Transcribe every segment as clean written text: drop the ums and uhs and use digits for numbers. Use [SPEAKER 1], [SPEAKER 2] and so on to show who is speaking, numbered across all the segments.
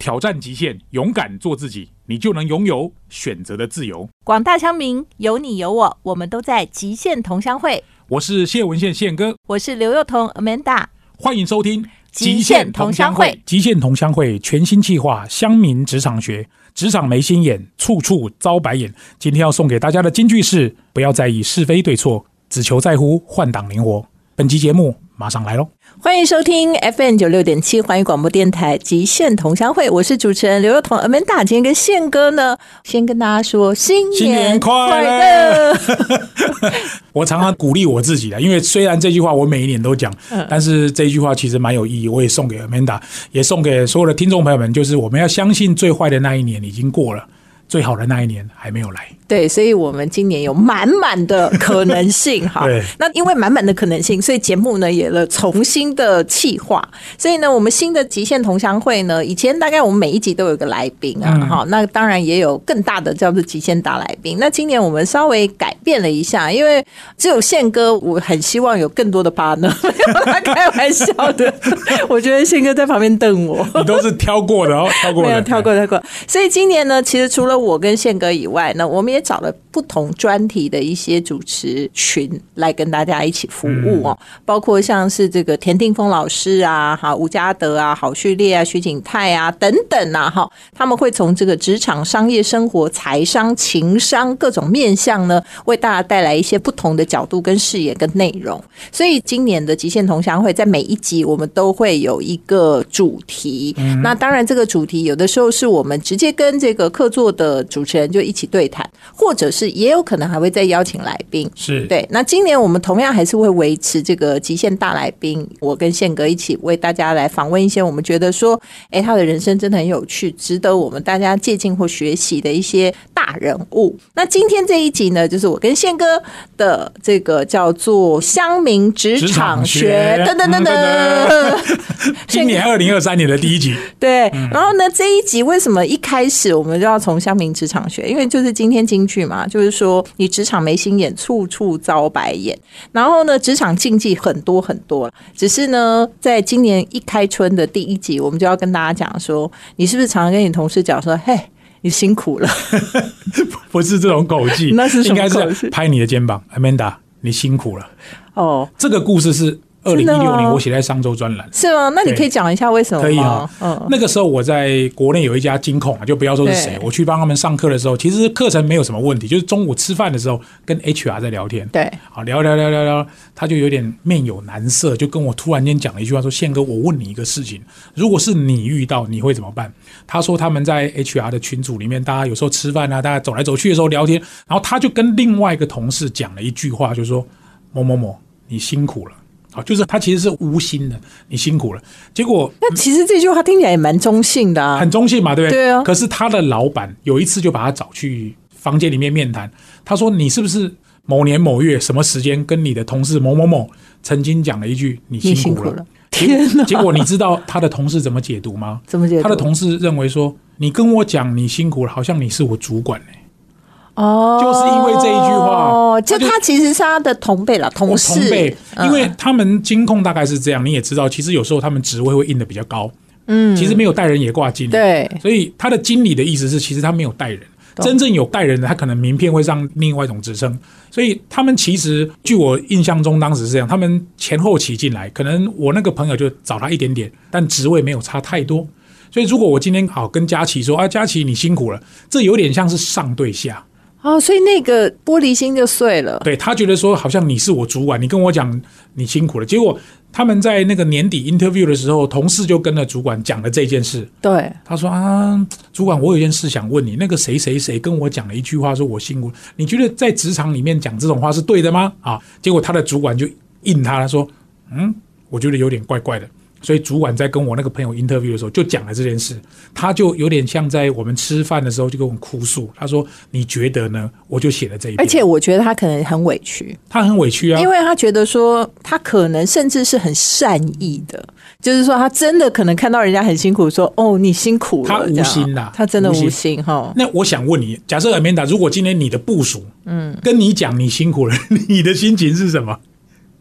[SPEAKER 1] 挑战极限，勇敢做自己，你就能拥有选择的自由。
[SPEAKER 2] 广大乡民，有你有我，我们都在极限同乡会。
[SPEAKER 1] 我是谢文宪宪哥，
[SPEAKER 2] 我是刘幼彤 Amanda，
[SPEAKER 1] 欢迎收听
[SPEAKER 2] 极限同乡会。
[SPEAKER 1] 极限同乡会全新企划乡民职场学，职场没心眼，处处遭白眼。今天要送给大家的金句是：不要在意是非对错，只求在乎换挡灵活。本期节目马上来咯。
[SPEAKER 2] 欢迎收听 FM96.7 环宇广播电台极限同乡会，我是主持人刘幼彤 Amanda。今天跟宪哥呢，先跟大家说新年快乐。
[SPEAKER 1] 我常常鼓励我自己的，因为虽然这句话我每一年都讲，但是这句话其实蛮有意义，我也送给 Amanda， 也送给所有的听众朋友们，就是我们要相信最坏的那一年已经过了，最好的那一年还没有来。
[SPEAKER 2] 对，所以我们今年有满满的可能性哈。那因为满满的可能性，所以节目呢也了重新的企划。所以呢，我们新的极限同乡会呢，以前大概我们每一集都有一个来宾啊，那当然也有更大的叫做极限大来宾。那今年我们稍微改变了一下，因为只有宪哥，我很希望有更多的 partner， 没有啦，开玩笑的。我觉得宪哥在旁边瞪我，
[SPEAKER 1] 你都是挑过的哦，挑过的，
[SPEAKER 2] 没有挑过。所以今年呢，其实除了我跟宪哥以外呢，我们也找了不同专题的一些主持群来跟大家一起服务哦，包括像是这个田定峰老师啊、吴家德啊、郝旭烈啊、徐景泰啊等等啊，他们会从这个职场、商业、生活、财商、情商各种面向呢，为大家带来一些不同的角度跟视野跟内容。所以今年的极限同乡会在每一集我们都会有一个主题，那当然这个主题有的时候是我们直接跟这个客座的主持人就一起对谈，或者是也有可能还会再邀请来宾，
[SPEAKER 1] 是
[SPEAKER 2] 对。那今年我们同样还是会维持这个极限大来宾，我跟宪哥一起为大家来访问一些我们觉得说，他的人生真的很有趣，值得我们大家借鉴或学习的一些大人物。那今天这一集呢，就是我跟宪哥的这个叫做乡民职场学，噔噔噔噔，
[SPEAKER 1] 今年2023年的第一集。
[SPEAKER 2] 对，然后呢，这一集为什么一开始我们就要从乡民职场学？因为就是今天金句嘛，就是说你职场没心眼，处处遭白眼。然后呢，职场禁忌很多很多，只是呢，在今年一开春的第一集，我们就要跟大家讲说，你是不是常常跟你同事讲说，嘿，你辛苦了？
[SPEAKER 1] 不是这种口气，
[SPEAKER 2] 那是什么口气？
[SPEAKER 1] 应该是拍你的肩膀 ，Amanda， 你辛苦了。
[SPEAKER 2] 哦，
[SPEAKER 1] 这个故事是2016年我写在商周专栏，
[SPEAKER 2] 是吗？那你可以讲一下为什么吗？
[SPEAKER 1] 可以啊。那个时候我在国内有一家金控，就不要说是谁，我去帮他们上课的时候，其实课程没有什么问题，就是中午吃饭的时候跟 HR 在聊天，
[SPEAKER 2] 对，
[SPEAKER 1] 好聊，他就有点面有难色，就跟我突然间讲了一句话说：“宪哥，我问你一个事情，如果是你遇到，你会怎么办？”他说他们在 HR 的群组里面，大家有时候吃饭啊，大家走来走去的时候聊天，然后他就跟另外一个同事讲了一句话，就说：“某某某，你辛苦了。”就是他其实是无心的，你辛苦了。结果
[SPEAKER 2] 那其实这句话听起来也蛮中性的啊，
[SPEAKER 1] 很中性嘛，对不对？
[SPEAKER 2] 对啊。
[SPEAKER 1] 可是他的老板有一次就把他找去房间里面面谈，他说：“你是不是某年某月什么时间跟你的同事某某某曾经讲了一句你辛苦了？”
[SPEAKER 2] 天哪！
[SPEAKER 1] 结果你知道他的同事怎么解读吗？
[SPEAKER 2] 怎么解读？
[SPEAKER 1] 他的同事认为说：“你跟我讲你辛苦了，好像你是我主管欸。”
[SPEAKER 2] 哦，
[SPEAKER 1] 就是因为这一句话，
[SPEAKER 2] 哦，就他其实是他的同辈啦，同事，
[SPEAKER 1] 同辈，因为他们金控大概是这样，你也知道，其实有时候他们职位会印的比较高，其实没有带人也挂经理，
[SPEAKER 2] 对，
[SPEAKER 1] 所以他的经理的意思是，其实他没有带人，真正有带人的，他可能名片会上另外一种职称，所以他们其实，据我印象中当时是这样，他们前后期进来，可能我那个朋友就早他一点点，但职位没有差太多，所以如果我今天好跟佳琪说啊，佳琪你辛苦了，这有点像是上对下。
[SPEAKER 2] 所以那个玻璃心就碎了。
[SPEAKER 1] 对，他觉得说好像你是我主管，你跟我讲你辛苦了，结果他们在那个年底 interview 的时候，同事就跟了主管讲了这件事。
[SPEAKER 2] 对，
[SPEAKER 1] 他说啊，主管，我有一件事想问你，那个谁谁谁跟我讲了一句话，说我辛苦了，你觉得在职场里面讲这种话是对的吗？结果他的主管就应他说，我觉得有点怪怪的。所以主管在跟我那个朋友 interview 的时候就讲了这件事，他就有点像在我们吃饭的时候就跟我哭诉，他说你觉得呢？我就写了这一篇，
[SPEAKER 2] 而且我觉得他可能很委屈，
[SPEAKER 1] 他很委屈啊，
[SPEAKER 2] 因为他觉得说他可能甚至是很善意的，就是说他真的可能看到人家很辛苦说哦你辛苦了，
[SPEAKER 1] 他无心啦，
[SPEAKER 2] 他真的无心哈。
[SPEAKER 1] 那我想问你，假设 Amanda 如果今天你的部属跟你讲你辛苦了，你的心情是什么？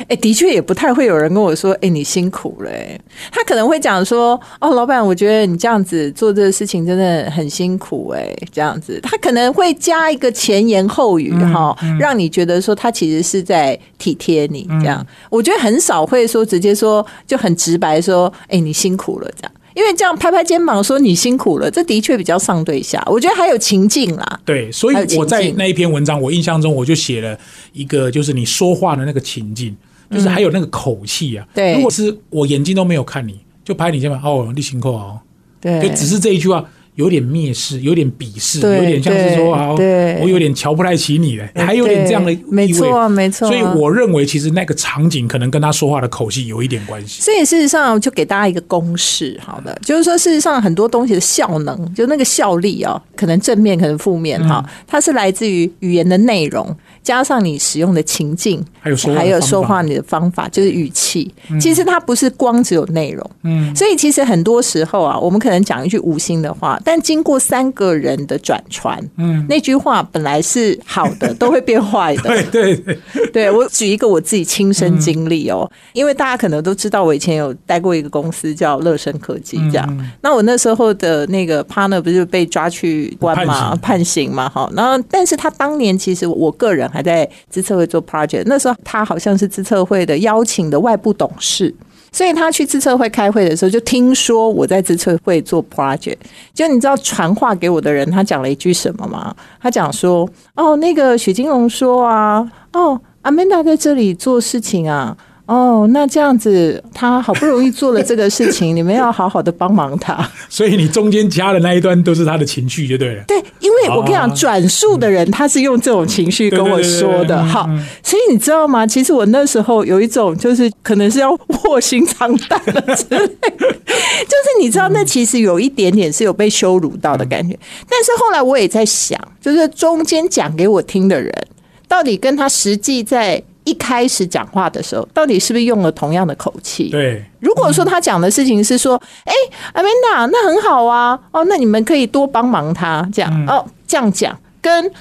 [SPEAKER 2] 的确也不太会有人跟我说你辛苦了他可能会讲说老板我觉得你这样子做这个事情真的很辛苦这样子他可能会加一个前言后语让你觉得说他其实是在体贴你这样我觉得很少会说直接说就很直白说你辛苦了这样因为这样拍拍肩膀说你辛苦了，这的确比较上对下。我觉得还有情境啦。
[SPEAKER 1] 对，所以我在那一篇文章，我印象中我就写了一个，就是你说话的那个情境，就是还有那个口气啊。
[SPEAKER 2] 对，
[SPEAKER 1] 如果是我眼睛都没有看你，就拍你肩膀，你辛苦哦。
[SPEAKER 2] 对，
[SPEAKER 1] 就只是这一句话。有点蔑视，有点鄙视，有点像是说我有点瞧不太起你了，还有点这样的意味。
[SPEAKER 2] 没错，没错。
[SPEAKER 1] 所以我认为，其实那个场景可能跟他说话的口气有一点关系。
[SPEAKER 2] 所以事实上，就给大家一个公式，好的，就是说，事实上很多东西的效能，就那个效力可能正面，可能负面它是来自于语言的内容，加上你使用的情境，还有说话你的方法，就是语气。其实它不是光只有内容。所以其实很多时候我们可能讲一句无心的话。但经过3个人的转传，那句话本来是好的，都会变坏的。对，我举一个我自己亲身经历因为大家可能都知道，我以前有待过一个公司叫乐升科技，这样。那我那时候的那个 partner 不是被抓去关嘛，判刑嘛，然后但是他当年其实我个人还在资策会做 project， 那时候他好像是资策会的邀请的外部董事。所以他去资策会开会的时候，就听说我在资策会做 project。就你知道传话给我的人，他讲了一句什么吗？他讲说：“那个许金龙说Amanda 在这里做事情啊。”那这样子他好不容易做了这个事情你们要好好的帮忙他。
[SPEAKER 1] 所以你中间加的那一段都是他的情绪就对了。
[SPEAKER 2] 对，因为我跟你讲转述的人他是用这种情绪跟我说的。好，所以你知道吗，其实我那时候有一种就是可能是要卧薪尝胆了之类就是你知道那其实有一点点是有被羞辱到的感觉。但是后来我也在想，就是中间讲给我听的人到底跟他实际在一开始讲话的时候到底是不是用了同样的口气。
[SPEAKER 1] 对，
[SPEAKER 2] 如果说他讲的事情是说Amanda 那很好啊，那你们可以多帮忙他这样这样讲，跟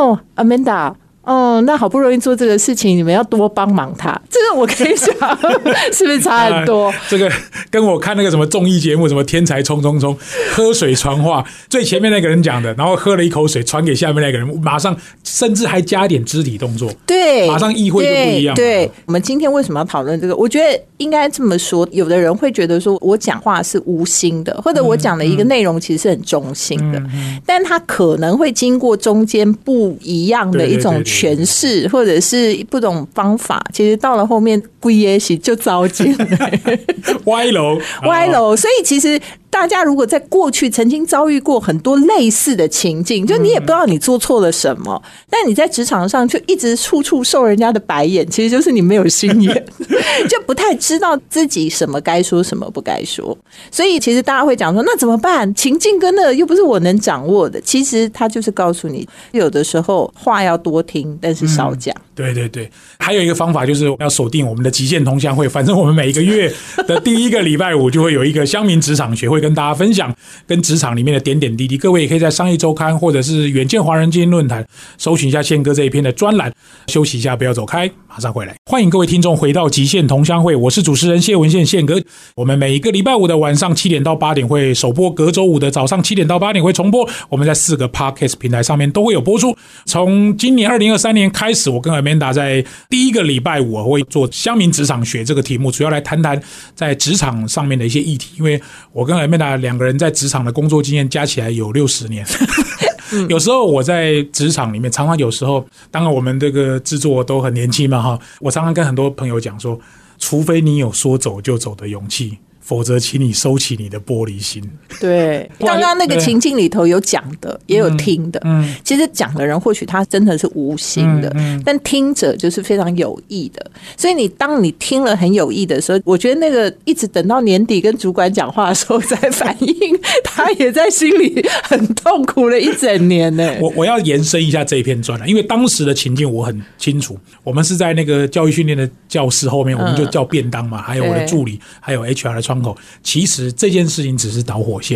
[SPEAKER 2] Amanda那好不容易做这个事情你们要多帮忙他，这个我可以想是不是差很多
[SPEAKER 1] 这个跟我看那个什么综艺节目什么天才冲冲冲喝水传话，最前面那个人讲的，然后喝了一口水传给下面那个人，马上甚至还加点肢体动作，
[SPEAKER 2] 对，
[SPEAKER 1] 马上意会就不一样。
[SPEAKER 2] 对，我们今天为什么要讨论这个，我觉得应该这么说，有的人会觉得说我讲话是无心的，或者我讲的一个内容其实是很中性的，但他可能会经过中间不一样的一种诠释或者是不同方法，其实到了后面规也许就糟践了
[SPEAKER 1] 歪楼。
[SPEAKER 2] 所以其实大家如果在过去曾经遭遇过很多类似的情境，就你也不知道你做错了什么，但你在职场上就一直处处受人家的白眼，其实就是你没有心眼就不太知道自己什么该说什么不该说。所以其实大家会讲说那怎么办，情境跟那个又不是我能掌握的，其实他就是告诉你有的时候话要多听但是少讲。
[SPEAKER 1] 对对对，还有一个方法就是要锁定我们的极限同乡会，反正我们每一个月的第一个礼拜五就会有一个乡民职场学会跟大家分享跟职场里面的点点滴滴，各位也可以在商业周刊或者是远见华人精英论坛搜寻一下宪哥这一篇的专栏。休息一下，不要走开，马上回来。欢迎各位听众回到极限同乡会，我是主持人谢文宪宪哥。我们每一个礼拜五的晚上7点到8点会首播，隔周五的早上7点到8点会重播。我们在4个 Podcast 平台上面都会有播出。从今年2023年开始，我跟 Amanda 在第一个礼拜五会做乡民职场学这个题目，主要来谈谈在职场上面的一些议题。因为我跟 Amanda 两个人在职场的工作经验加起来有60年有时候我在职场里面常常有时候，当然我们这个制作都很年轻嘛，我常常跟很多朋友讲说，除非你有说走就走的勇气，否则请你收起你的玻璃心。
[SPEAKER 2] 对，刚刚那个情境里头有讲的也有听的，其实讲的人或许他真的是无心的，但听者就是非常有意的。所以当你听了很有意的时候，我觉得那个一直等到年底跟主管讲话的时候才反应他也在心里很痛苦了一整年呢。
[SPEAKER 1] 我要延伸一下这一篇专栏，因为当时的情境我很清楚，我们是在那个教育训练的教室后面，我们就叫便当嘛，还有我的助理，还有 HR 的窗口。其实这件事情只是导火线，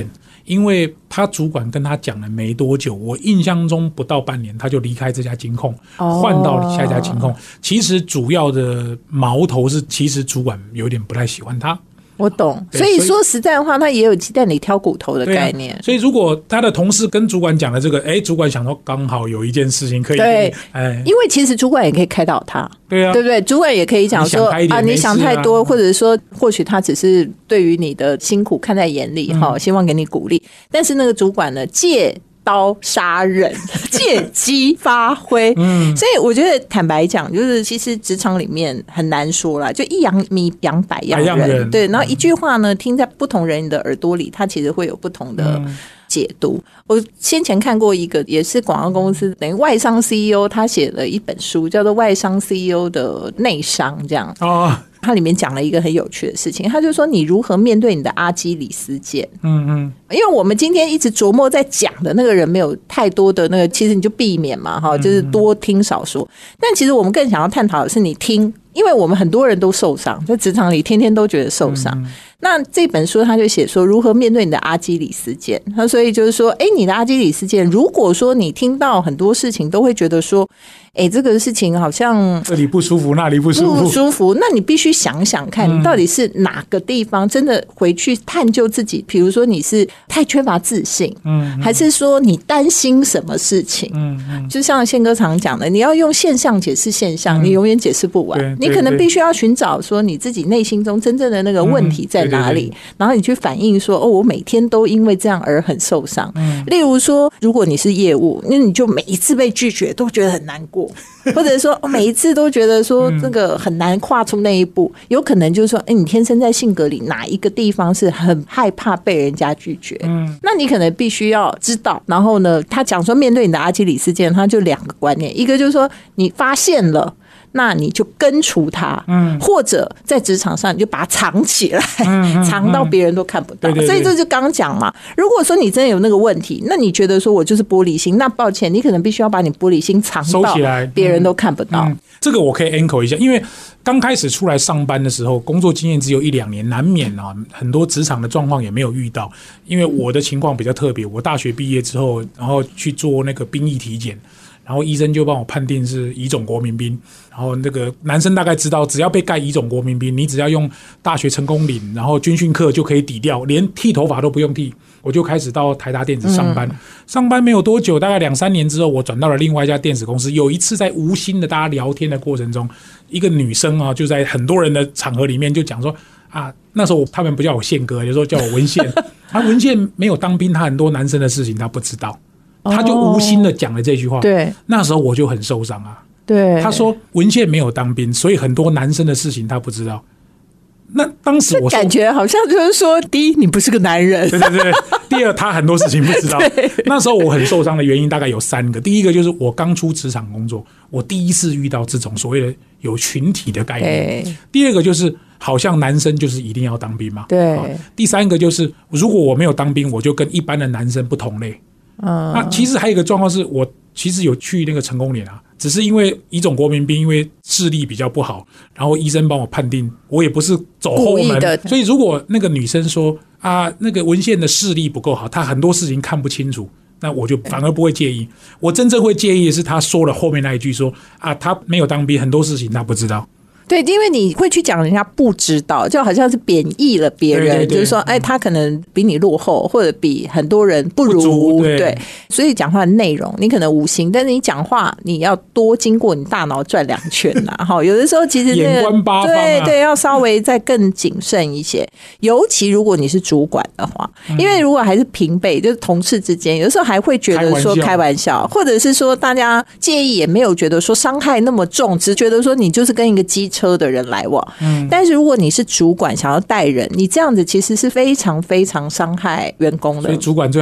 [SPEAKER 1] 因为他主管跟他讲了没多久，我印象中不到半年他就离开这家金控，换到下一家金控。其实主要的矛头是，其实主管有点不太喜欢他。
[SPEAKER 2] 我懂，所以说实在的话，他也有鸡蛋里挑骨头的概念。
[SPEAKER 1] 所以如果他的同事跟主管讲了这个，主管想说刚好有一件事情可以，
[SPEAKER 2] 对，因为其实主管也可以开导他，
[SPEAKER 1] 对啊，
[SPEAKER 2] 对不对？主管也可以讲说你想太多，或者说或许他只是对于你的辛苦看在眼里，希望给你鼓励。但是那个主管呢，借刀杀人，借机发挥。所以我觉得坦白讲，就是其实职场里面很难说啦，就一样米养百样人，对。然后一句话呢，听在不同人的耳朵里，它其实会有不同的解读。我先前看过一个也是广告公司，等于外商 CEO， 他写了一本书，叫做《外商 CEO 的内商》这样。它里面讲了一个很有趣的事情，他就说你如何面对你的阿基里斯腱。因为我们今天一直琢磨在讲的那个人没有太多的那个，其实你就避免嘛，就是多听少说。但其实我们更想要探讨的是你听，因为我们很多人都受伤，在职场里天天都觉得受伤。那这本书他就写说如何面对你的阿基里斯腱，所以就是说你的阿基里斯腱，如果说你听到很多事情都会觉得说这个事情好像
[SPEAKER 1] 这里不舒服那里不舒服，
[SPEAKER 2] 那你必须想想看你到底是哪个地方真的回去探究自己，比如说你是太缺乏自信，还是说你担心什么事情。就像宪哥常讲的，你要用现象解释现象，你永远解释不完。你可能必须要寻找说你自己内心中真正的那个问题在哪里，然后你去反映说我每天都因为这样而很受伤。例如说如果你是业务，那你就每一次被拒绝都觉得很难过，或者说每一次都觉得说这个很难跨出那一步，有可能就是说你天生在性格里哪一个地方是很害怕被人家拒绝。那你可能必须要知道。然后呢，他讲说面对你的阿基里斯腱，他就两个观念，一个就是说你发现了，那你就根除它，或者在职场上你就把它藏起来，藏到别人都看不到。所以这就刚讲嘛，如果说你真的有那个问题，那你觉得说我就是玻璃心，那抱歉，你可能必须要把你玻璃心藏到别人都看不到。
[SPEAKER 1] 这个我可以 echo 一下，因为刚开始出来上班的时候，工作经验只有1-2年，难免很多职场的状况也没有遇到。因为我的情况比较特别，我大学毕业之后，然后去做那个兵役体检，然后医生就帮我判定是乙种国民兵。然后那个男生大概知道，只要被盖乙种国民兵，你只要用大学成功岭，然后军训课就可以抵掉，连剃头发都不用剃。我就开始到台达电子上班，上班没有多久，大概2-3年之后，我转到了另外一家电子公司。有一次在无心的大家聊天的过程中，一个女生就在很多人的场合里面就讲说那时候他们不叫我宪哥，有时候叫我文宪。文宪没有当兵，他很多男生的事情他不知道，他就无心的讲了这句话。对，那时候我就很受伤啊。对，他说文宪没有当兵，所以很多男生的事情他不知道。那当时我
[SPEAKER 2] 感觉好像就是说，第一，你不是个男人；
[SPEAKER 1] 对；第二，他很多事情不知道。那时候我很受伤的原因大概有3个。第一个就是我刚出职场工作，我第一次遇到这种所谓的有群体的概念。第二个就是好像男生就是一定要当兵嘛。对。第3个就是如果我没有当兵，我就跟一般的男生不同类。那其实还有一个状况是，我其实有去那个成功岭只是因为乙种国民兵因为视力比较不好，然后医生帮我判定，我也不是走后门，所以如果那个女生说那个文献的视力不够好，她很多事情看不清楚，那我就反而不会介意。我真正会介意的是她说了后面那一句说她没有当兵，很多事情她不知道。
[SPEAKER 2] 对，因为你会去讲人家不知道，就好像是贬义了别人，就是说他可能比你落后，或者比很多人不如。对，所以讲话的内容你可能无心，但是你讲话你要多经过你大脑转2圈有的时候其实
[SPEAKER 1] 眼观八方
[SPEAKER 2] 对，要稍微再更谨慎一些，尤其如果你是主管的话，因为如果还是平辈，就是同事之间，有的时候还会觉得说开玩笑，或者是说大家介意也没有觉得说伤害那么重，只觉得说你就是跟一个机车的人来往。但是如果你是主管想要带人，你这样子其实是非常非常伤害员工的。
[SPEAKER 1] 所以主管最好是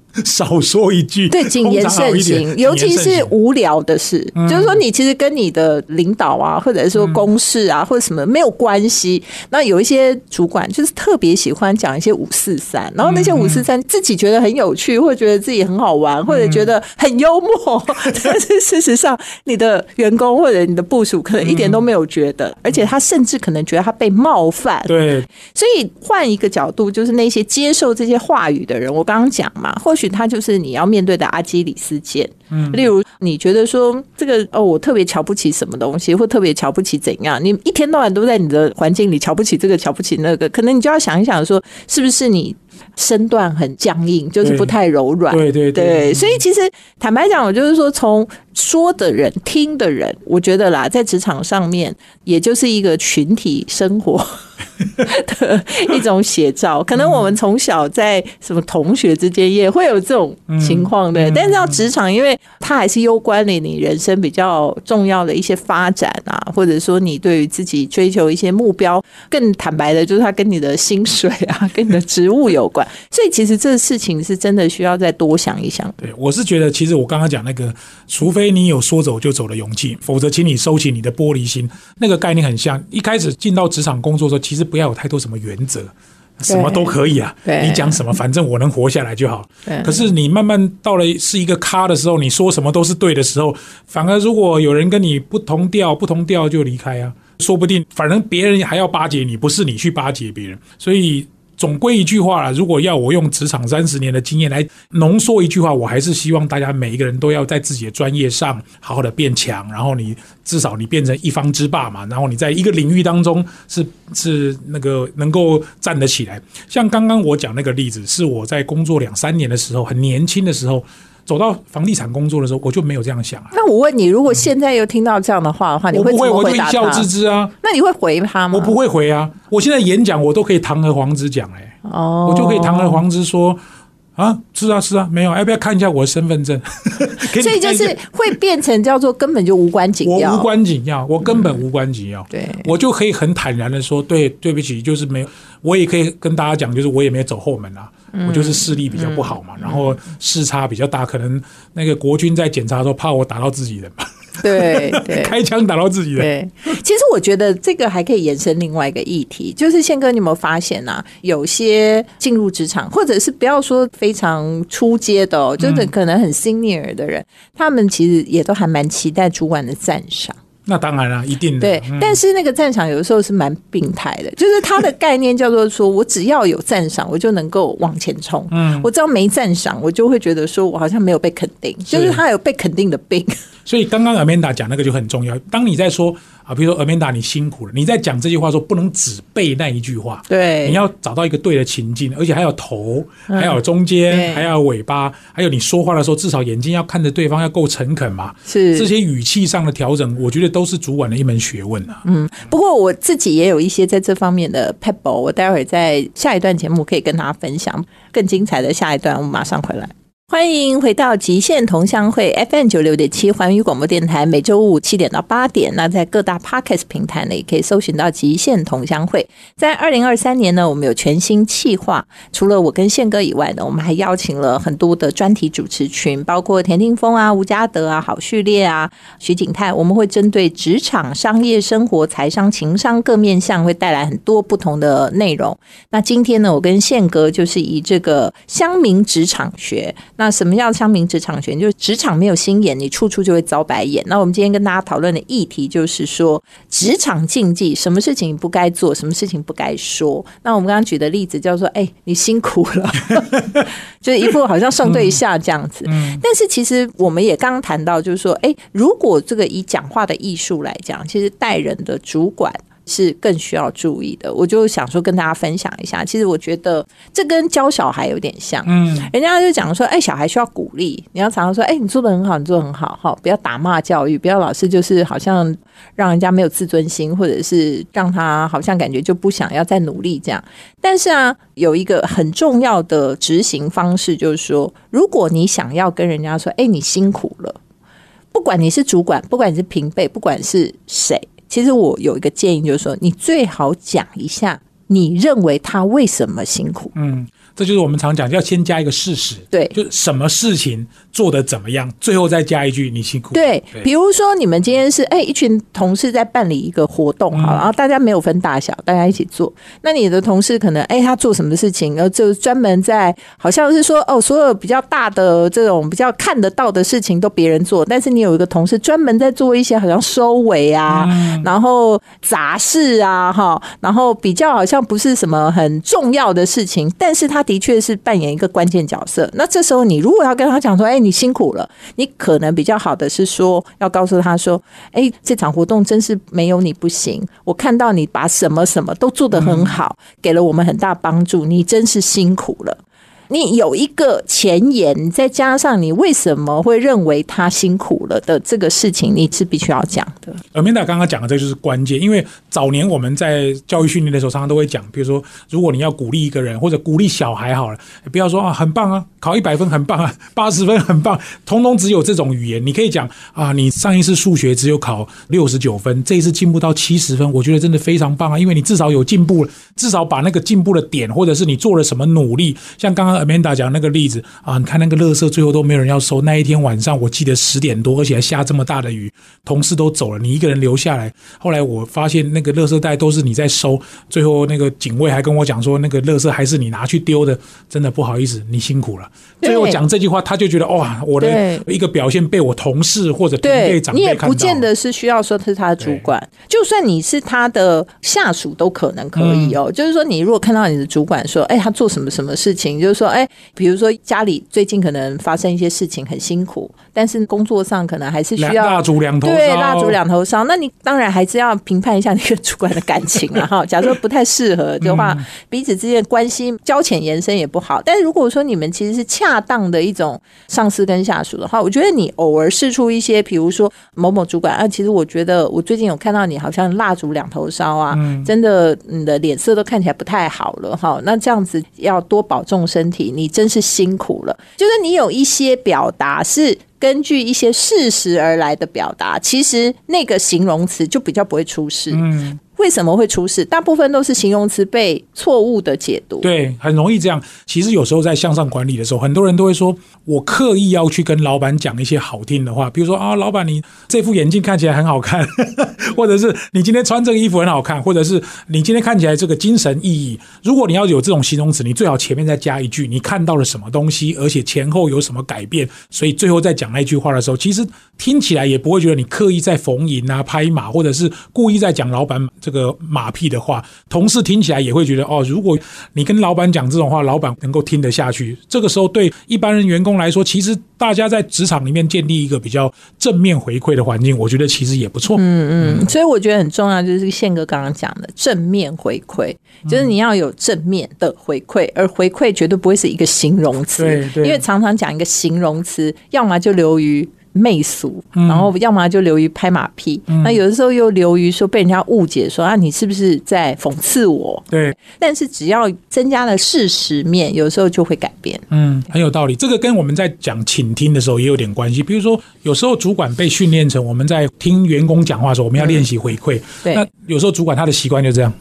[SPEAKER 1] 少说一句，
[SPEAKER 2] 对，谨言慎行，尤其是无聊的事，就是说你其实跟你的领导啊，或者说公事啊，或者什么没有关系。那有一些主管就是特别喜欢讲一些543，然后那些543自己觉得很有趣，或者觉得自己很好玩，或者觉得很幽默，但是事实上你的员工或者你的部属可能一点都没有觉得，而且他甚至可能觉得他被冒犯。
[SPEAKER 1] 对，
[SPEAKER 2] 所以换一个角度，就是那些接受这些话语的人，我刚刚讲嘛，或许他就是你要面对的阿基里斯腱。例如你觉得说这个我特别瞧不起什么东西，或特别瞧不起怎样，你一天到晚都在你的环境里瞧不起这个瞧不起那个，可能你就要想一想说，是不是你身段很僵硬，就是不太柔软。对，所以其实坦白讲，我就是说，从说的人、听的人，我觉得啦，在职场上面，也就是一个群体生活的一种写照。可能我们从小在什么同学之间也会有这种情况的，但是到职场，因为它还是攸关了你人生比较重要的一些发展啊，或者说你对于自己追求一些目标，更坦白的就是它跟你的薪水啊，跟你的职务有关。所以其实这事情是真的需要再多想一想。
[SPEAKER 1] 对，我是觉得其实我刚刚讲那个，除非你有说走就走的勇气，否则请你收起你的玻璃心，那个概念很像一开始进到职场工作的时候，其实不要有太多什么原则，什么都可以啊，你讲什么反正我能活下来就好。可是你慢慢到了是一个咖的时候，你说什么都是对的时候，反而如果有人跟你不同调就离开啊，说不定反正别人还要巴结你，不是你去巴结别人。所以总归一句话啦，如果要我用职场30年的经验来浓缩一句话，我还是希望大家每一个人都要在自己的专业上好好的变强，然后你至少你变成一方之霸嘛，然后你在一个领域当中是那个能够站得起来。像刚刚我讲那个例子，是我在工作2-3年的时候，很年轻的时候，走到房地产工作的时候，我就没有这样想啊。
[SPEAKER 2] 那我问你，如果现在又听到这样的话的话，你会怎么回答他？
[SPEAKER 1] 我就一笑置之啊。
[SPEAKER 2] 那你会回他吗？
[SPEAKER 1] 我不会回啊。我现在演讲我都可以堂而皇之讲我就可以堂而皇之说啊，是啊，没有，要不要看一下我的身份证？
[SPEAKER 2] 所以就是会变成叫做根本就无关紧要。
[SPEAKER 1] 我无关紧要，我根本无关紧要。
[SPEAKER 2] 对，
[SPEAKER 1] 我就可以很坦然的说，对不起，就是没有。我也可以跟大家讲，就是我也没有走后门啊。我就是视力比较不好嘛，然后视差比较大，可能那个国军在检查的时候怕我打到自己人嘛，
[SPEAKER 2] 对，
[SPEAKER 1] 开枪打到自己人。
[SPEAKER 2] 对，其实我觉得这个还可以延伸另外一个议题，就是宪哥，你有没有发现啊？有些进入职场，或者是不要说非常初阶的就是可能很 senior 的人，他们其实也都还蛮期待主管的赞赏。
[SPEAKER 1] 那当然啦，一定的。
[SPEAKER 2] 对，但是那个赞赏有的时候是蛮病态的，就是他的概念叫做说，我只要有赞赏，我就能够往前冲。我只要没赞赏，我就会觉得说我好像没有被肯定，就是他有被肯定的病。
[SPEAKER 1] 所以刚刚 Amanda 讲那个就很重要。当你在说比如说 Amanda 你辛苦了，你在讲这句话的时候，不能只背那一句话，
[SPEAKER 2] 对，
[SPEAKER 1] 你要找到一个对的情境，而且还有头，还有中间，还有尾巴，还有你说话的时候，至少眼睛要看着对方，要够诚恳嘛。
[SPEAKER 2] 是
[SPEAKER 1] 这些语气上的调整，我觉得都是主管的一门学问啊。
[SPEAKER 2] 不过我自己也有一些在这方面的 pebble， 我待会儿在下一段节目可以跟大家分享更精彩的下一段，我们马上回来。欢迎回到极限同乡会 FM96.7 环宇广播电台，每周五7点到8点。那在各大 Podcast 平台呢，也可以搜寻到极限同乡会。在2023年呢，我们有全新企划，除了我跟宪哥以外呢，我们还邀请了很多的专题主持群，包括田定峰啊、吴家德啊、郝旭烈啊、徐景泰。我们会针对职场、商业、生活、财商、情商各面向，会带来很多不同的内容。那今天呢，我跟宪哥就是以这个乡民职场学。那什么叫乡民职场学？就是职场没有心眼，你处处就会遭白眼。那我们今天跟大家讨论的议题就是说，职场禁忌，什么事情不该做，什么事情不该说。那我们刚刚举的例子叫做你辛苦了就是一副好像上对下这样子。但是其实我们也刚刚谈到，就是说如果这个以讲话的艺术来讲，其实带人的主管是更需要注意的。我就想说跟大家分享一下，其实我觉得这跟教小孩有点像。人家就讲说小孩需要鼓励，你要常常说你做得很好，你做得很好，不要打骂教育，不要老是就是好像让人家没有自尊心，或者是让他好像感觉就不想要再努力这样。但是有一个很重要的执行方式，就是说如果你想要跟人家说你辛苦了，不管你是主管，不管你是平辈，不管是谁，其实我有一个建议，就是说你最好讲一下你认为他为什么辛苦。
[SPEAKER 1] 这就是我们常讲要先加一个事实，
[SPEAKER 2] 对，
[SPEAKER 1] 就什么事情做得怎么样，最后再加一句你辛苦。
[SPEAKER 2] 对，比如说你们今天是一群同事在办理一个活动好了，然后大家没有分大小，大家一起做。那你的同事可能他做什么事情，然后就专门在好像是说所有比较大的这种比较看得到的事情都别人做，但是你有一个同事专门在做一些好像收尾啊，然后杂事啊然后比较好像不是什么很重要的事情，但是他的确是扮演一个关键角色。那这时候你如果要跟他讲说你辛苦了，你可能比较好的是说要告诉他说这场活动真是没有你不行，我看到你把什么什么都做得很好，给了我们很大帮助，你真是辛苦了。你有一个前言，再加上你为什么会认为他辛苦了的这个事情，你是必须要讲的。
[SPEAKER 1] Amanda 刚刚讲的这就是关键，因为早年我们在教育训练的时候常常都会讲，比如说如果你要鼓励一个人或者鼓励小孩好了，不要说很棒啊，考100分很棒啊，80分很棒，通通只有这种语言。你可以讲你上一次数学只有考69分，这一次进步到70分，我觉得真的非常棒啊，因为你至少有进步了，至少把那个进步的点或者是你做了什么努力，像刚刚Amanda 讲那个例子你看那个垃圾最后都没有人要收，那一天晚上我记得10点多，而且还下这么大的雨，同事都走了，你一个人留下来。后来我发现那个垃圾袋都是你在收，最后那个警卫还跟我讲说那个垃圾还是你拿去丢的，真的不好意思，你辛苦了。最后讲这句话，他就觉得哇，我的一个表现被我同事或者平辈长辈看到，
[SPEAKER 2] 你也不见得是需要说是他的主管，就算你是他的下属都可能可以就是说你如果看到你的主管说他做什么什么事情，就是说比如说家里最近可能发生一些事情很辛苦，但是工作上可能还是需要
[SPEAKER 1] 蜡烛两头烧，
[SPEAKER 2] 对，蜡烛两头烧，那你当然还是要评判一下你跟主管的感情哈。假设不太适合的话，彼此之间的关系交浅延伸也不好。但是如果说你们其实是恰当的一种上司跟下属的话，我觉得你偶尔释出一些，比如说某某主管其实我觉得我最近有看到你好像蜡烛两头烧啊，真的你的脸色都看起来不太好了哈。那这样子要多保重身体，你真是辛苦了。就是你有一些表达是根据一些事实而来的表达，其实那个形容词就比较不会出事。为什么会出事？大部分都是形容词被错误的解读，
[SPEAKER 1] 对，很容易这样。其实有时候在向上管理的时候，很多人都会说我刻意要去跟老板讲一些好听的话，比如说老板你这副眼镜看起来很好看或者是你今天穿这个衣服很好看，或者是你今天看起来这个精神奕奕。如果你要有这种形容词，你最好前面再加一句你看到了什么东西，而且前后有什么改变，所以最后再讲那句话的时候，其实听起来也不会觉得你刻意在逢迎拍马，或者是故意在讲老板这个马屁的话，同事听起来也会觉得如果你跟老板讲这种话，老板能够听得下去。这个时候对一般人员工来说，其实大家在职场里面建立一个比较正面回馈的环境，我觉得其实也不错。
[SPEAKER 2] 所以我觉得很重要，就是宪哥刚刚讲的正面回馈，就是你要有正面的回馈，而回馈绝对不会是一个形容词，因为常常讲一个形容词，要么就流于媚俗，然后要么就流于拍马屁，那有的时候又流于说被人家误解说你是不是在讽刺我？
[SPEAKER 1] 对，
[SPEAKER 2] 但是只要增加了事实面，有时候就会改变。
[SPEAKER 1] 很有道理。这个跟我们在讲倾听的时候也有点关系。比如说，有时候主管被训练成我们在听员工讲话的时候，我们要练习回馈。对，那有时候主管他的习惯就这样，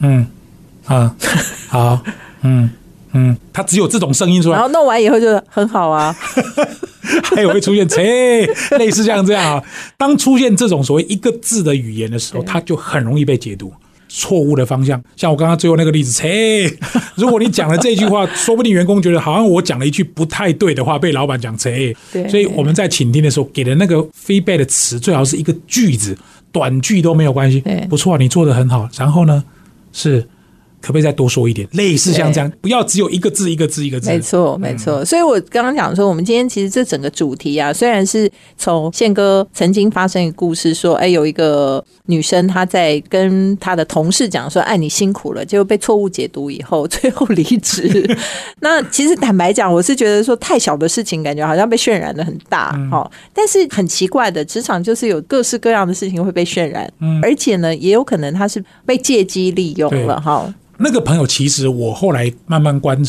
[SPEAKER 1] 好，他只有这种声音出来，
[SPEAKER 2] 然后弄完以后就很好啊。
[SPEAKER 1] 还有会出现类似像这样当出现这种所谓一个字的语言的时候，它就很容易被解读错误的方向。像我刚刚最后那个例子，如果你讲了这句话，说不定员工觉得好像我讲了一句不太对的话，被老板讲所以我们在倾听的时候给的那个 feedback 的词最好是一个句子，短句都没有关系。不错你做得很好，然后呢是可不可以再多说一点？类似像这样，不要只有一个字一个字一个字。
[SPEAKER 2] 没错，没错。所以我刚刚讲说，我们今天其实这整个主题虽然是从宪哥曾经发生一个故事说，有一个女生她在跟她的同事讲说，你辛苦了，结果被错误解读以后，最后离职。那其实坦白讲，我是觉得说太小的事情，感觉好像被渲染的很大。但是很奇怪的，职场就是有各式各样的事情会被渲染，而且呢，也有可能他是被借机利用了。
[SPEAKER 1] 那个朋友其实我后来慢慢观察，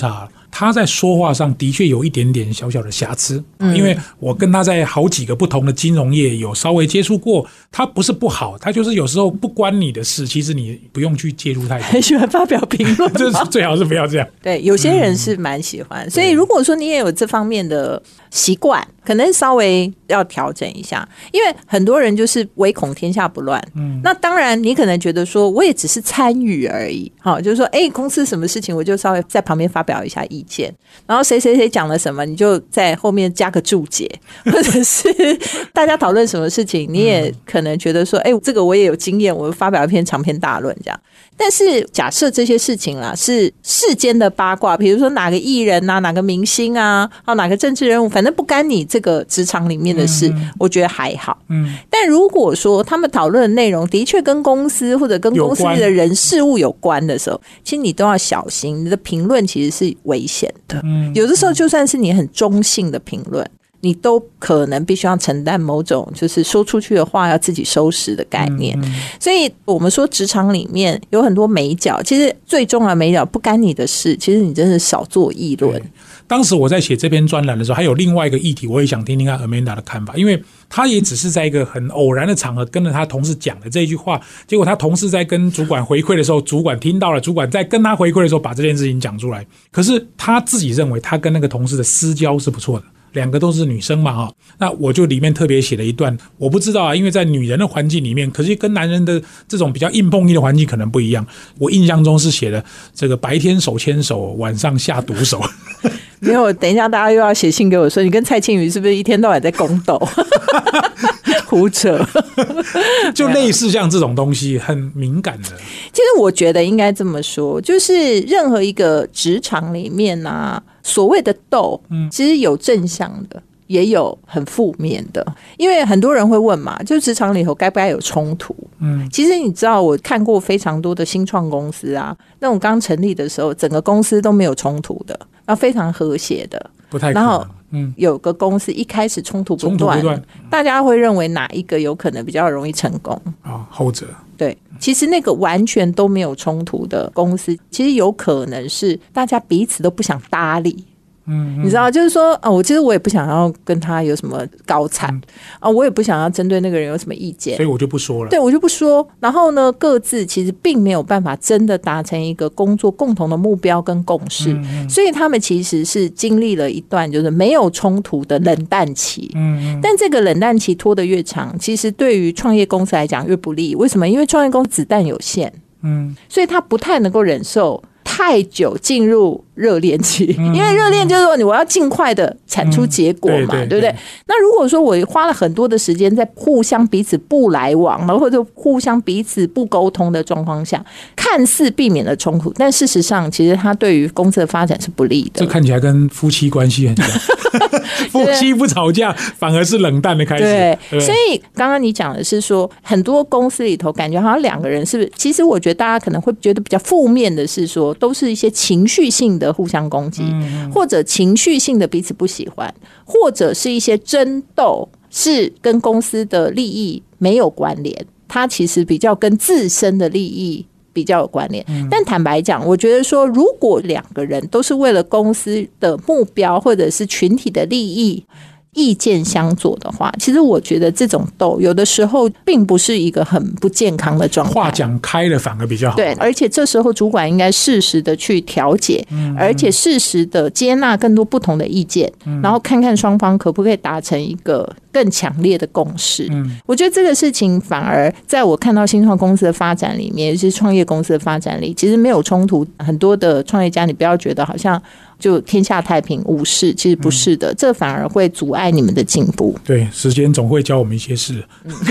[SPEAKER 1] 他在说话上的确有一点点小小的瑕疵，因为我跟他在好几个不同的金融业有稍微接触过，他不是不好，他就是有时候不关你的事，其实你不用去介入太多。
[SPEAKER 2] 很喜欢发表评论，
[SPEAKER 1] 就是最好是不要这样。
[SPEAKER 2] 对，有些人是蛮喜欢，所以如果说你也有这方面的习惯，可能稍微要调整一下，因为很多人就是唯恐天下不乱。那当然你可能觉得说我也只是参与而已，就是说公司什么事情我就稍微在旁边发表一下意见，然后谁谁谁讲了什么你就在后面加个注解，或者是大家讨论什么事情你也可能觉得说这个我也有经验，我发表一篇长篇大论这样。但是假设这些事情啦是世间的八卦，比如说哪个艺人啊，哪个明星啊，哪个政治人物，反正不干你这个职场里面的事，我觉得还好。但如果说他们讨论的内容的确跟公司或者跟公司的人事物有关的时候，其实你都要小心，你的评论其实是危险的。有的时候就算是你很中性的评论，你都可能必须要承担某种就是说出去的话要自己收拾的概念。所以我们说职场里面有很多美角，其实最重要的美角不干你的事，其实你真是少做议论。
[SPEAKER 1] 当时我在写这篇专栏的时候，还有另外一个议题我也想听听看 Amanda 的看法，因为他也只是在一个很偶然的场合跟着他同事讲的这一句话，结果他同事在跟主管回馈的时候，主管听到了，主管在跟他回馈的时候把这件事情讲出来，可是他自己认为他跟那个同事的私交是不错的，两个都是女生嘛，那我就里面特别写了一段，我不知道啊，因为在女人的环境里面，可是跟男人的这种比较硬碰硬的环境可能不一样。我印象中是写的这个白天手牵手，晚上下毒手。
[SPEAKER 2] 没有，等一下大家又要写信给我说，你跟蔡庆瑜是不是一天到晚在宫斗？胡扯。
[SPEAKER 1] 就类似像这种东西很敏感的。
[SPEAKER 2] 其实我觉得应该这么说，就是任何一个职场里面啊，所谓的斗，其实有正向的，也有很负面的。因为很多人会问嘛，就职场里头该不该有冲突？其实你知道，我看过非常多的新创公司啊，那种刚成立的时候，整个公司都没有冲突的，然后非常和谐的，
[SPEAKER 1] 不太可能。
[SPEAKER 2] 然后有个公司一开始冲突不断，大家会认为哪一个有可能比较容易成功？
[SPEAKER 1] 后者。
[SPEAKER 2] 对，其实那个完全都没有冲突的公司，其实有可能是大家彼此都不想搭理。你知道，就是说其实我也不想要跟他有什么高产我也不想要针对那个人有什么意见，
[SPEAKER 1] 所以我就不说了。
[SPEAKER 2] 对，我就不说。然后呢，各自其实并没有办法真的达成一个工作共同的目标跟共识，所以他们其实是经历了一段就是没有冲突的冷淡期。但这个冷淡期拖得越长，其实对于创业公司来讲越不利。为什么？因为创业公司子弹有限，所以他不太能够忍受太久进入热恋期，因为热恋就是说我要尽快的产出结果嘛，对不对？那如果说我花了很多的时间在互相彼此不来往，或者互相彼此不沟通的状况下，看似避免了衝突，但事实上其实它对于公司的发展是不利的。
[SPEAKER 1] 这看起来跟夫妻关系很像。夫妻不吵架反而是冷淡的开始。 对，
[SPEAKER 2] 所以刚刚你讲的是说很多公司里头感觉好像两个人是不是，其实我觉得大家可能会觉得比较负面的是说都是一些情绪性的互相攻击，或者情绪性的彼此不喜欢，或者是一些争斗是跟公司的利益没有关联，它其实比较跟自身的利益比较有关联。但坦白讲，我觉得说如果两个人都是为了公司的目标或者是群体的利益意见相左的话，其实我觉得这种斗有的时候并不是一个很不健康的状态。
[SPEAKER 1] 话讲开了反而比较好。
[SPEAKER 2] 对，而且这时候主管应该适时的去调解，而且适时的接纳更多不同的意见，然后看看双方可不可以达成一个更强烈的共识。我觉得这个事情反而在我看到新创公司的发展里面，尤其是创业公司的发展里，其实没有冲突。很多的创业家，你不要觉得好像就天下太平无事，其实不是的，这反而会阻碍你们的进步。
[SPEAKER 1] 对，时间总会教我们一些事。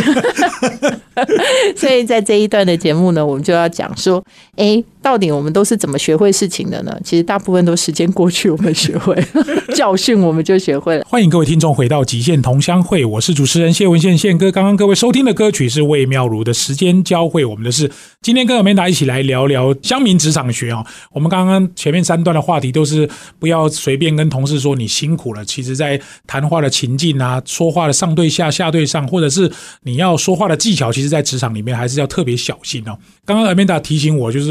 [SPEAKER 2] 所以在这一段的节目呢，我们就要讲说，到底我们都是怎么学会事情的呢？其实大部分都时间过去我们学会了，教训我们就学会了。
[SPEAKER 1] 欢迎各位听众回到极限同乡会，我是主持人谢文宪宪哥。刚刚各位收听的歌曲是魏妙如的时间教会我们的事。今天跟Amanda一起来聊聊乡民职场学。我们刚刚前面3段的话题都是不要随便跟同事说你辛苦了，其实在谈话的情境啊，说话的上对下下对上，或者是你要说话的技巧，其实在职场里面还是要特别小心。刚刚Amanda提醒我，就是我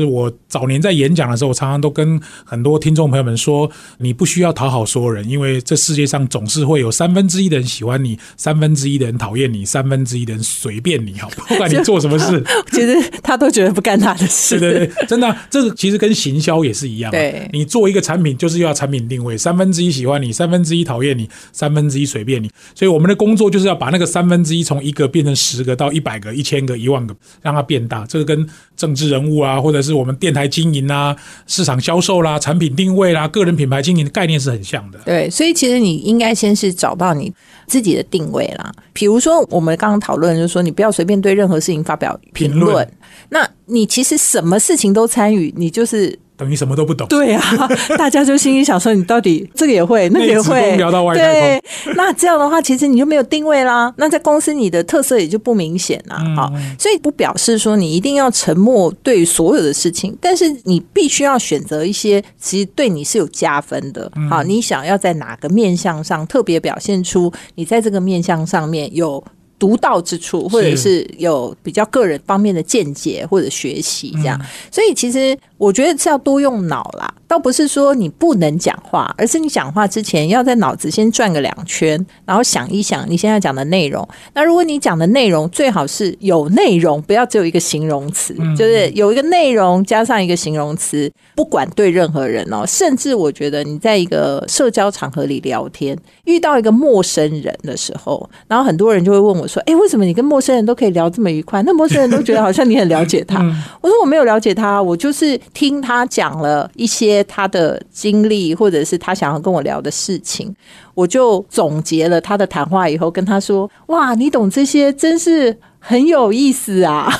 [SPEAKER 1] 早年在演讲的时候，我常常都跟很多听众朋友们说，你不需要讨好所有人，因为这世界上总是会有1/3的人喜欢你，1/3的人讨厌你，1/3的人随便你，不管你做什么事，
[SPEAKER 2] 其实他都觉得不干他的事。
[SPEAKER 1] 对对对，真的这个其实跟行销也是一样。
[SPEAKER 2] 对，
[SPEAKER 1] 你做一个产品就是要产品定位，1/3喜欢你，1/3讨厌你，1/3随便你。所以我们的工作就是要把那个1/3从1个变成10个到100个、1000个、10000个，让它变大。这个跟政治人物啊，或者是我们电台经营啊、市场销售啦、产品定位啦、个人品牌经营的概念是很像的。
[SPEAKER 2] 对，所以其实你应该先是找到你自己的定位啦。比如说我们刚刚讨论就是说，你不要随便对任何事情发表评论，那你其实什么事情都参与，你就是
[SPEAKER 1] 等于什么都不懂。
[SPEAKER 2] 对啊，大家就心里想说，你到底这个也会，那个也会，
[SPEAKER 1] 聊到外太
[SPEAKER 2] 空。对，那这样的话，其实你就没有定位啦。那在公司你的特色也就不明显啦。好，所以不表示说你一定要沉默对于所有的事情，但是你必须要选择一些其实对你是有加分的。好，你想要在哪个面向上特别表现出你在这个面向上面有独到之处，或者是有比较个人方面的见解或者学习这样。所以其实我觉得是要多用脑啦，倒不是说你不能讲话，而是你讲话之前要在脑子先转个2圈，然后想一想你现在讲的内容。那如果你讲的内容最好是有内容，不要只有一个形容词，就是有一个内容加上一个形容词，不管对任何人哦，甚至我觉得你在一个社交场合里聊天，遇到一个陌生人的时候，然后很多人就会问我说，为什么你跟陌生人都可以聊这么愉快？那陌生人都觉得好像你很了解他。我说我没有了解他，我就是听他讲了一些他的经历，或者是他想要跟我聊的事情，我就总结了他的谈话以后跟他说，哇，你懂这些真是很有意思啊。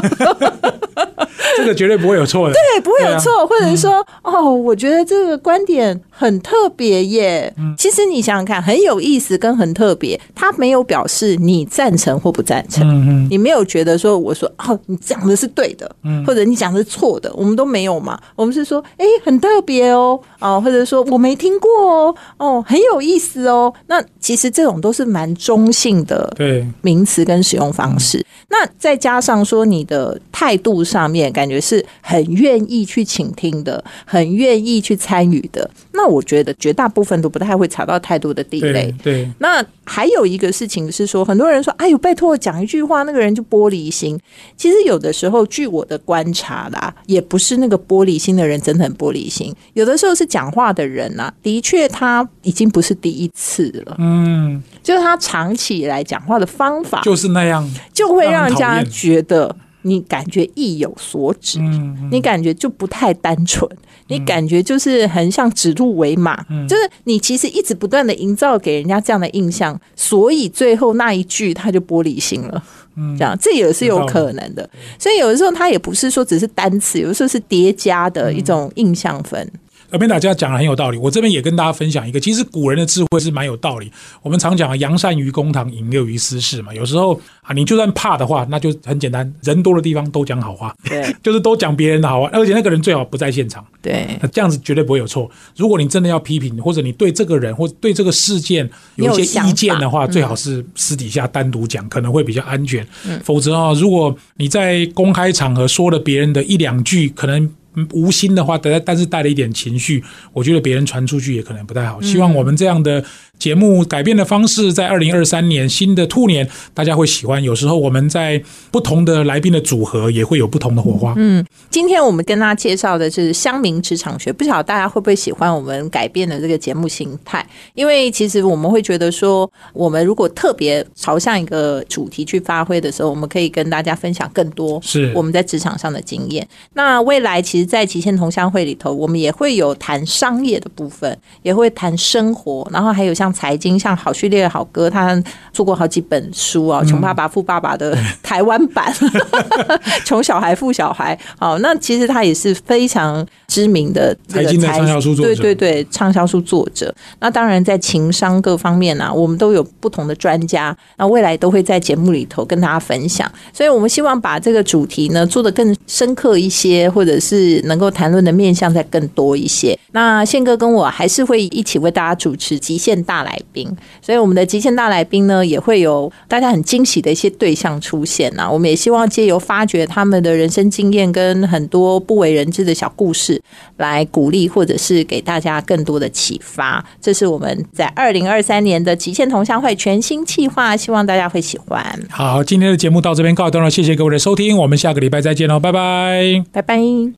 [SPEAKER 1] 这个绝对不会有错的。
[SPEAKER 2] 对，不会有错。或者是说，我觉得这个观点很特别耶。其实你想想看，很有意思跟很特别，它没有表示你赞成或不赞成。你没有觉得说，我说你讲的是对的，或者你讲的是错的，我们都没有嘛。我们是说，很特别哦，或者说我没听过哦，很有意思哦。那其实这种都是蛮中性的名词跟使用方式。那再加上说你的态度上面感觉是很愿意去倾听的，很愿意去参与的，那我觉得绝大部分都不太会踩到态度的地雷。
[SPEAKER 1] 对，
[SPEAKER 2] 那还有一个事情是说，很多人说，哎呦拜托讲一句话那个人就玻璃心。其实有的时候据我的观察啦，也不是那个玻璃心的人真的很玻璃心，有的时候是讲话的人啊，的确他已经不是第一次了。就是他长期以来讲话的方法
[SPEAKER 1] 就是那样，
[SPEAKER 2] 就会让人家觉得你感觉意有所指，你感觉就不太单纯，你感觉就是很像指鹿为马，就是你其实一直不断的营造给人家这样的印象，所以最后那一句他就玻璃心了。这样这也是有可能的。所以有的时候他也不是说只是单词，有的时候是叠加的一种印象分。
[SPEAKER 1] 这边大家讲的很有道理，我这边也跟大家分享一个，其实古人的智慧是蛮有道理。我们常讲扬善于公堂，隐恶于私事嘛。有时候你就算怕的话，那就很简单，人多的地方都讲好话，对，就是都讲别人的好话，而且那个人最好不在现场，
[SPEAKER 2] 对，
[SPEAKER 1] 这样子绝对不会有错。如果你真的要批评，或者你对这个人或对这个事件有一些意见的话，最好是私底下单独讲，可能会比较安全。否则如果你在公开场合说了别人的1-2句，可能无心的话，但是带了一点情绪，我觉得别人传出去也可能不太好。希望我们这样的节目改变的方式，在2023年新的兔年大家会喜欢。有时候我们在不同的来宾的组合也会有不同的火花。
[SPEAKER 2] 今天我们跟大家介绍的是乡民职场学，不晓得大家会不会喜欢我们改变的这个节目形态。因为其实我们会觉得说，我们如果特别朝向一个主题去发挥的时候，我们可以跟大家分享更多我们在职场上的经验。那未来其实在极限同乡会里头，我们也会有谈商业的部分，也会谈生活，然后还有像财经，像好序列好哥他做过好几本书啊，穷爸爸富爸爸的台湾版穷小孩富小孩。好，那其实他也是非常知名的
[SPEAKER 1] 财经的畅销书作者，
[SPEAKER 2] 对对对，畅销书作者。那当然在情商各方面啊，我们都有不同的专家，那未来都会在节目里头跟大家分享。所以我们希望把这个主题呢做得更深刻一些，或者是能够谈论的面向再更多一些。那宪哥跟我还是会一起为大家主持极限大来宾，所以我们的极限大来宾呢也会有大家很惊喜的一些对象出现啊。我们也希望借由发掘他们的人生经验跟很多不为人知的小故事，来鼓励或者是给大家更多的启发。这是我们在2023年的极限同乡会全新企划，希望大家会喜欢。
[SPEAKER 1] 好，今天的节目到这边告一段落，谢谢各位的收听，我们下个礼拜再见喽，拜拜，
[SPEAKER 2] 拜拜。